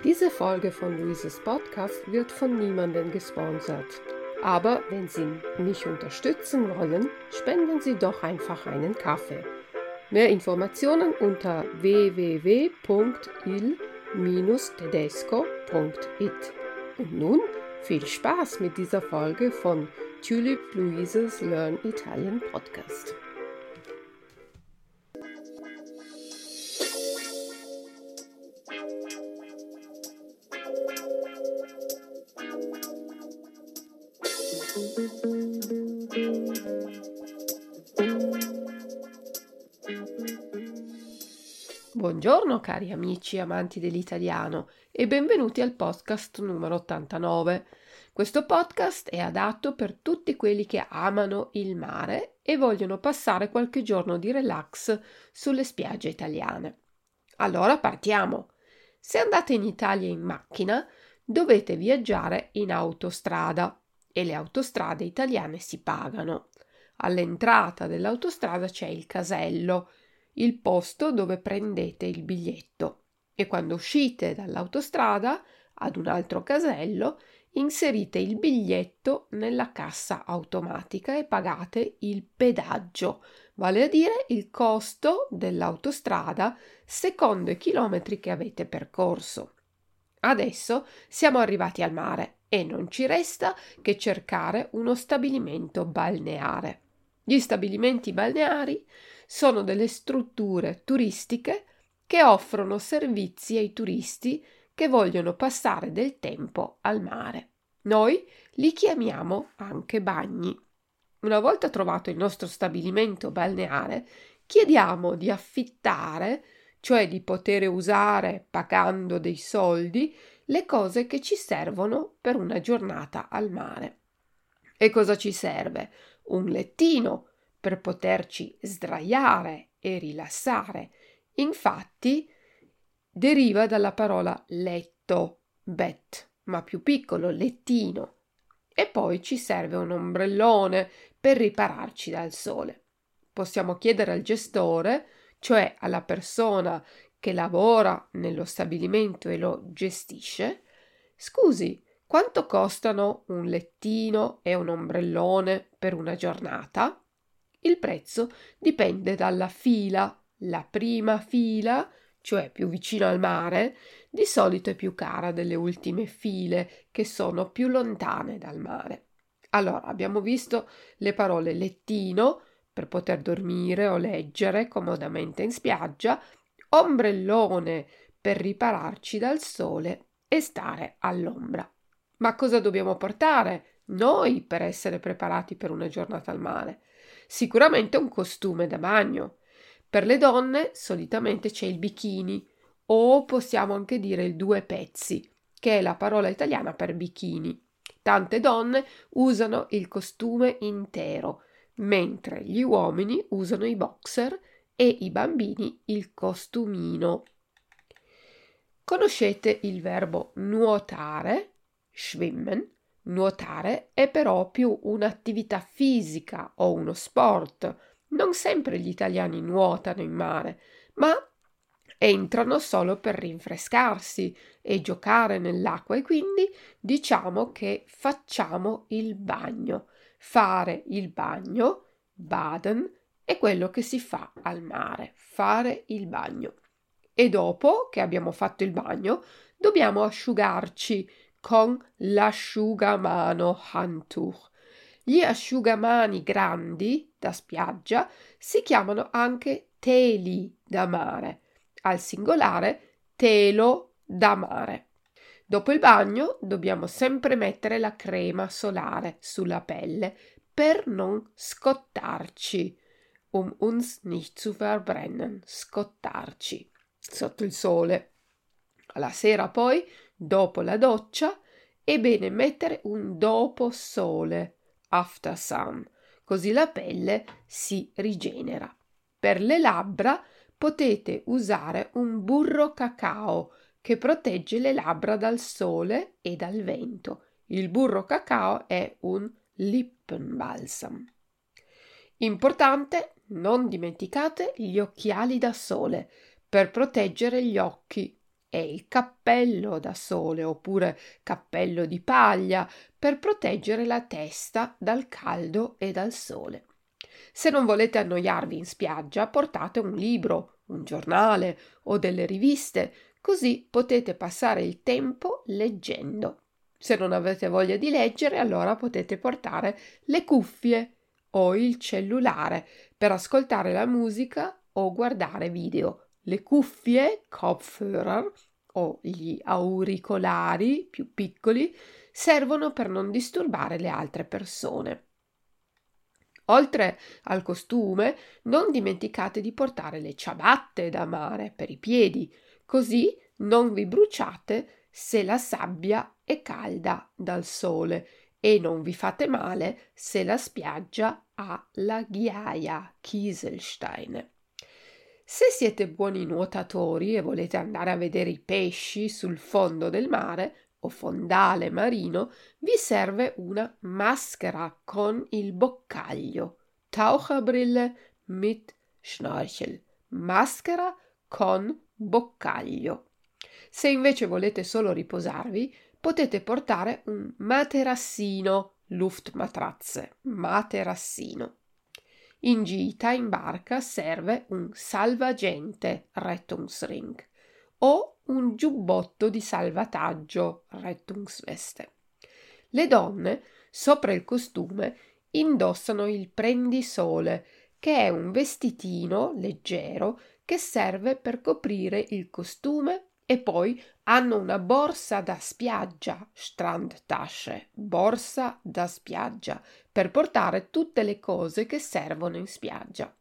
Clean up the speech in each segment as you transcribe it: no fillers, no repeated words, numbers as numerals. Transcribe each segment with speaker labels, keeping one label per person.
Speaker 1: Diese Folge von Luises Podcast wird von niemandem gesponsert. Aber wenn Sie mich unterstützen wollen, spenden Sie doch einfach einen Kaffee. Mehr Informationen unter www.il-tedesco.it. Und nun viel Spaß mit dieser Folge von Tulip Luises Learn Italian Podcast. Buongiorno cari amici amanti dell'italiano e benvenuti al podcast numero 89. Questo podcast è adatto per tutti quelli che amano il mare e vogliono passare qualche giorno di relax sulle spiagge italiane. Allora partiamo! Se andate in Italia in macchina, dovete viaggiare in autostrada e le autostrade italiane si pagano. All'entrata dell'autostrada c'è il casello, il posto dove prendete il biglietto, e quando uscite dall'autostrada ad un altro casello inserite il biglietto nella cassa automatica e pagate il pedaggio, vale a dire il costo dell'autostrada secondo i chilometri che avete percorso. Adesso siamo arrivati al mare e non ci resta che cercare uno stabilimento balneare. Gli stabilimenti balneari sono delle strutture turistiche che offrono servizi ai turisti che vogliono passare del tempo al mare. Noi li chiamiamo anche bagni. Una volta trovato il nostro stabilimento balneare, chiediamo di affittare, cioè di poter usare, pagando dei soldi, le cose che ci servono per una giornata al mare. E cosa ci serve? Un lettino per poterci sdraiare e rilassare. Infatti deriva dalla parola letto, bed, ma più piccolo, lettino. E poi ci serve un ombrellone per ripararci dal sole. Possiamo chiedere al gestore, cioè alla persona che lavora nello stabilimento e lo gestisce: scusi, quanto costano un lettino e un ombrellone per una giornata? Il prezzo dipende dalla fila. La prima fila, cioè più vicino al mare, di solito è più cara delle ultime file che sono più lontane dal mare. Allora, abbiamo visto le parole lettino per poter dormire o leggere comodamente in spiaggia, ombrellone per ripararci dal sole e stare all'ombra. Ma cosa dobbiamo portare noi per essere preparati per una giornata al mare? Sicuramente un costume da bagno. Per le donne solitamente c'è il bikini, o possiamo anche dire il due pezzi, che è la parola italiana per bikini. Tante donne usano il costume intero, mentre gli uomini usano i boxer e i bambini il costumino. Conoscete il verbo nuotare, schwimmen? Nuotare è però più un'attività fisica o uno sport. Non sempre gli italiani nuotano in mare, ma entrano solo per rinfrescarsi e giocare nell'acqua, e quindi diciamo che facciamo il bagno. Fare il bagno, baden, è quello che si fa al mare, fare il bagno. E dopo che abbiamo fatto il bagno, dobbiamo asciugarci con l'asciugamano, Handtuch. Gli asciugamani grandi da spiaggia si chiamano anche teli da mare, al singolare telo da mare. Dopo il bagno dobbiamo sempre mettere la crema solare sulla pelle per non scottarci, uns nicht zu verbrennen, scottarci sotto il sole. Alla sera poi, dopo la doccia, è bene mettere un dopo sole, after sun, così la pelle si rigenera. Per le labbra potete usare un burro cacao che protegge le labbra dal sole e dal vento. Il burro cacao è un Lippenbalsam. Importante, non dimenticate gli occhiali da sole per proteggere gli occhi è il cappello da sole oppure cappello di paglia per proteggere la testa dal caldo e dal sole. Se non volete annoiarvi in spiaggia, portate un libro, un giornale o delle riviste, così potete passare il tempo leggendo. Se non avete voglia di leggere, allora potete portare le cuffie o il cellulare per ascoltare la musica o guardare video. Le cuffie, Kopfhörer, o gli auricolari più piccoli servono per non disturbare le altre persone. Oltre al costume, non dimenticate di portare le ciabatte da mare per i piedi, così non vi bruciate se la sabbia è calda dal sole e non vi fate male se la spiaggia ha la ghiaia, Kieselsteine. Se siete buoni nuotatori e volete andare a vedere i pesci sul fondo del mare o fondale marino, vi serve una maschera con il boccaglio, Taucherbrille mit Schnorchel, maschera con boccaglio. Se invece volete solo riposarvi, potete portare un materassino, Luftmatratze, materassino. In gita in barca serve un salvagente, Rettungsring, o un giubbotto di salvataggio, Rettungsweste. Le donne, sopra il costume, indossano il prendisole, che è un vestitino leggero che serve per coprire il costume, e poi hanno una borsa da spiaggia, Strandtasche, borsa da spiaggia, per portare tutte le cose che servono in spiaggia.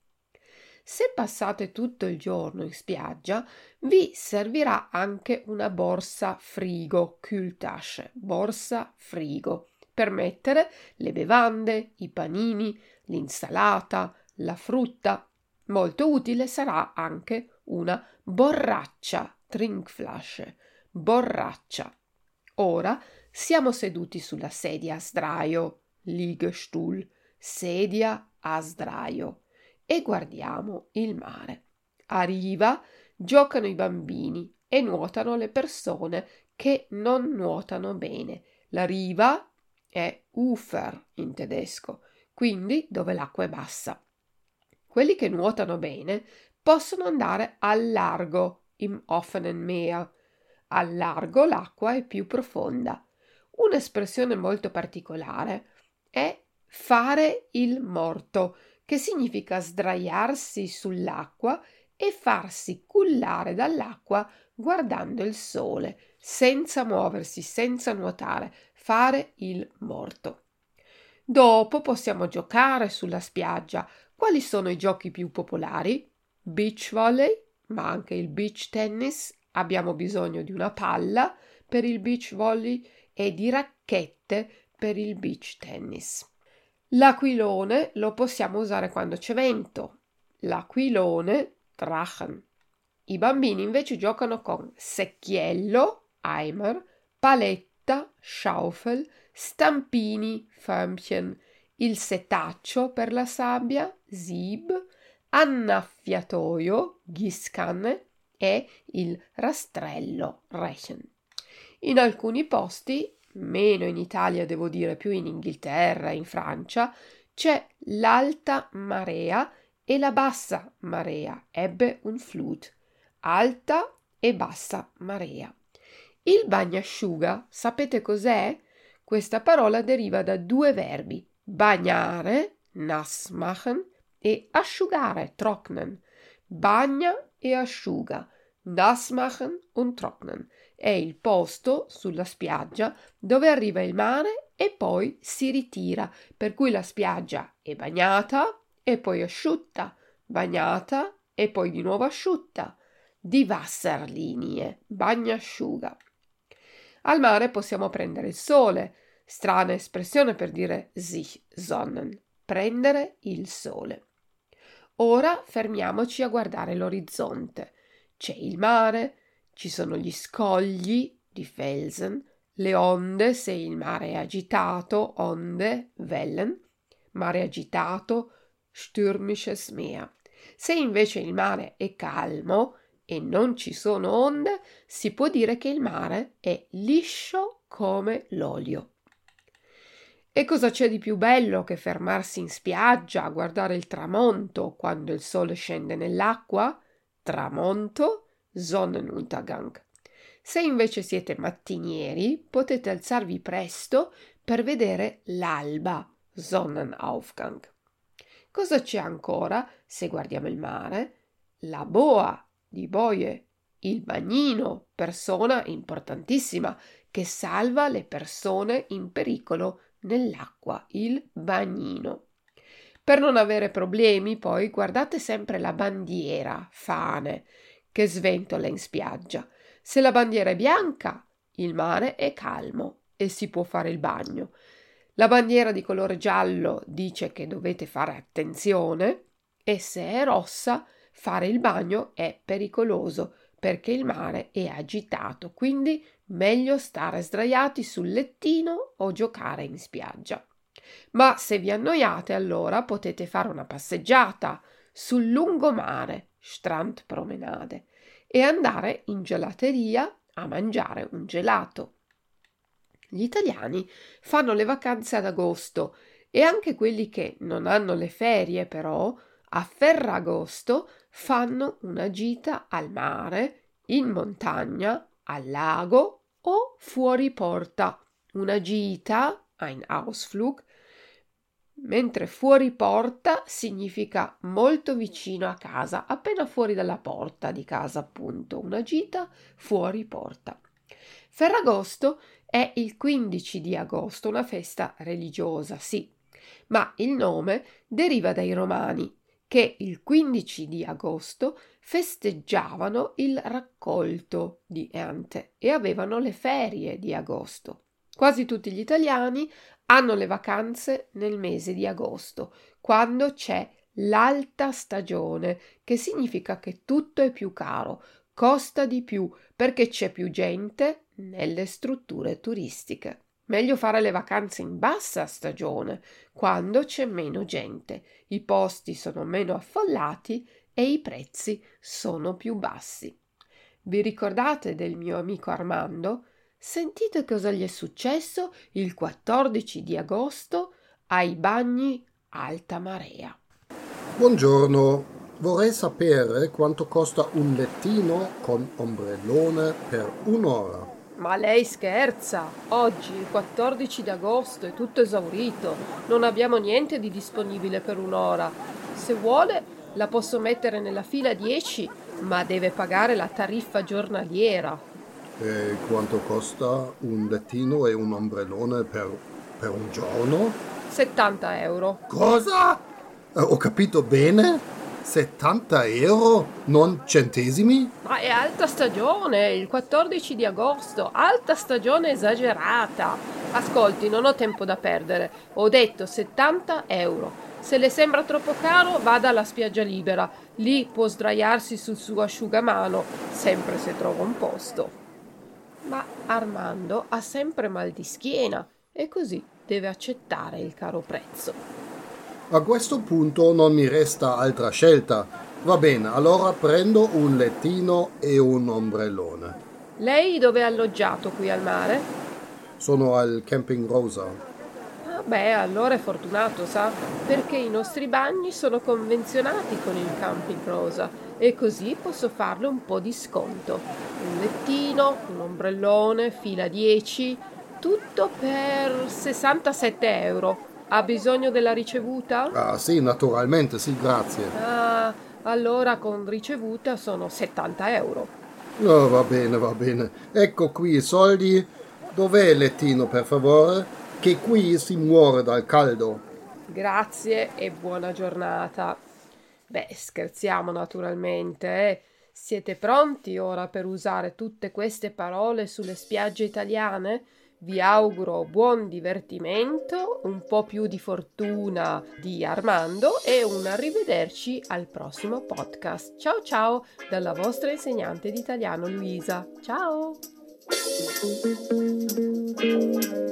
Speaker 1: Se passate tutto il giorno in spiaggia, vi servirà anche una borsa frigo, Kühltasche, borsa frigo, per mettere le bevande, i panini, l'insalata, la frutta. Molto utile sarà anche una borraccia, Trinkflasche, borraccia. Ora siamo seduti sulla sedia a sdraio, Liegestuhl, sedia a sdraio, e guardiamo il mare. A riva giocano i bambini e nuotano le persone che non nuotano bene. La riva è Ufer in tedesco, quindi dove l'acqua è bassa. Quelli che nuotano bene possono andare al largo, im offenen Meer. Al largo l'acqua è più profonda. Un'espressione molto particolare è fare il morto, che significa sdraiarsi sull'acqua e farsi cullare dall'acqua guardando il sole, senza muoversi, senza nuotare, fare il morto. Dopo possiamo giocare sulla spiaggia. Quali sono i giochi più popolari? Beach volley, ma anche il beach tennis. Abbiamo bisogno di una palla per il beach volley e di racchette per il beach tennis. L'aquilone lo possiamo usare quando c'è vento. L'aquilone, Drachen. I bambini invece giocano con secchiello, Eimer, paletta, Schaufel, stampini, Förmchen, il setaccio per la sabbia, Sieb, annaffiatoio, Gießkanne, e il rastrello, Rechen. In alcuni posti, meno in Italia devo dire, più in Inghilterra, in Francia, c'è l'alta marea e la bassa marea, Ebbe und Flut, alta e bassa marea. Il bagnasciuga, sapete cos'è? Questa parola deriva da due verbi, bagnare, nass machen, e asciugare, trocknen. Bagna e asciuga, nass machen und trocknen. È il posto sulla spiaggia dove arriva il mare e poi si ritira, per cui la spiaggia è bagnata e poi asciutta, bagnata e poi di nuovo asciutta. Die Wasserlinie, bagnasciuga. Al mare possiamo prendere il sole, strana espressione per dire sich sonnen, prendere il sole. Ora fermiamoci a guardare l'orizzonte. C'è il mare, ci sono gli scogli di Felsen, le onde se il mare è agitato, onde, Wellen, mare agitato, stürmisches Meer. Se invece il mare è calmo e non ci sono onde, si può dire che il mare è liscio come l'olio. E cosa c'è di più bello che fermarsi in spiaggia a guardare il tramonto quando il sole scende nell'acqua? Tramonto, Sonnenuntergang. Se invece siete mattinieri, potete alzarvi presto per vedere l'alba, Sonnenaufgang. Cosa c'è ancora se guardiamo il mare? La boa di boie, il bagnino, persona importantissima che salva le persone in pericolo nell'acqua, il bagnino. Per non avere problemi, poi guardate sempre la bandiera, Fahne, che sventola in spiaggia. Se la bandiera è bianca, il mare è calmo e si può fare il bagno. La bandiera di colore giallo dice che dovete fare attenzione e se è rossa, fare il bagno è pericoloso perché il mare è agitato, quindi meglio stare sdraiati sul lettino o giocare in spiaggia. Ma se vi annoiate, allora potete fare una passeggiata sul lungomare, Strandpromenade, e andare in gelateria a mangiare un gelato. Gli italiani fanno le vacanze ad agosto e anche quelli che non hanno le ferie, però, a Ferragosto fanno una gita al mare, in montagna, al lago o fuori porta. Una gita, ein Ausflug, mentre fuori porta significa molto vicino a casa, appena fuori dalla porta di casa, appunto, una gita fuori porta. Ferragosto è il 15 di agosto, una festa religiosa, sì, ma il nome deriva dai romani, che il 15 di agosto festeggiavano il raccolto di Ernte e avevano le ferie di agosto. Quasi tutti gli italiani hanno le vacanze nel mese di agosto, quando c'è l'alta stagione, che significa che tutto è più caro, costa di più, perché c'è più gente nelle strutture turistiche. Meglio fare le vacanze in bassa stagione, quando c'è meno gente, i posti sono meno affollati e i prezzi sono più bassi. Vi ricordate del mio amico Armando? Sentite cosa gli è successo il 14 di agosto ai bagni Alta Marea.
Speaker 2: Buongiorno, vorrei sapere quanto costa un lettino con ombrellone per un'ora.
Speaker 1: Ma lei scherza? Oggi, il 14 d'agosto, è tutto esaurito. Non abbiamo niente di disponibile per un'ora. Se vuole, la posso mettere nella fila 10, ma deve pagare la tariffa giornaliera.
Speaker 2: E quanto costa un lettino e un ombrellone per un giorno?
Speaker 1: 70 euro.
Speaker 2: Cosa? Ho capito bene? 70 euro? Non centesimi?
Speaker 1: Ma è alta stagione, il 14 di agosto, alta stagione esagerata. Ascolti, non ho tempo da perdere. Ho detto 70 euro. Se le sembra troppo caro, vada alla spiaggia libera. Lì può sdraiarsi sul suo asciugamano, sempre se trova un posto. Ma Armando ha sempre mal di schiena e così deve accettare il caro prezzo.
Speaker 2: A questo punto non mi resta altra scelta. Va bene, allora prendo un lettino e un ombrellone.
Speaker 1: Lei dove è alloggiato qui al mare?
Speaker 2: Sono al Camping Rosa.
Speaker 1: Ah beh, allora è fortunato, sa, perché i nostri bagni sono convenzionati con il Camping Rosa e così posso farle un po' di sconto. Un lettino, un ombrellone, fila 10, tutto per 67 euro. Ha bisogno della ricevuta?
Speaker 2: Ah sì, naturalmente, sì, grazie.
Speaker 1: Ah, allora con ricevuta sono 70 euro.
Speaker 2: Oh, va bene. Ecco qui i soldi. Dov'è il lettino, per favore? Che qui si muore dal caldo.
Speaker 1: Grazie e buona giornata. Beh, scherziamo naturalmente, eh? Siete pronti ora per usare tutte queste parole sulle spiagge italiane? Vi auguro buon divertimento, un po' più di fortuna di Armando e un arrivederci al prossimo podcast. Ciao ciao dalla vostra insegnante di italiano Luisa. Ciao!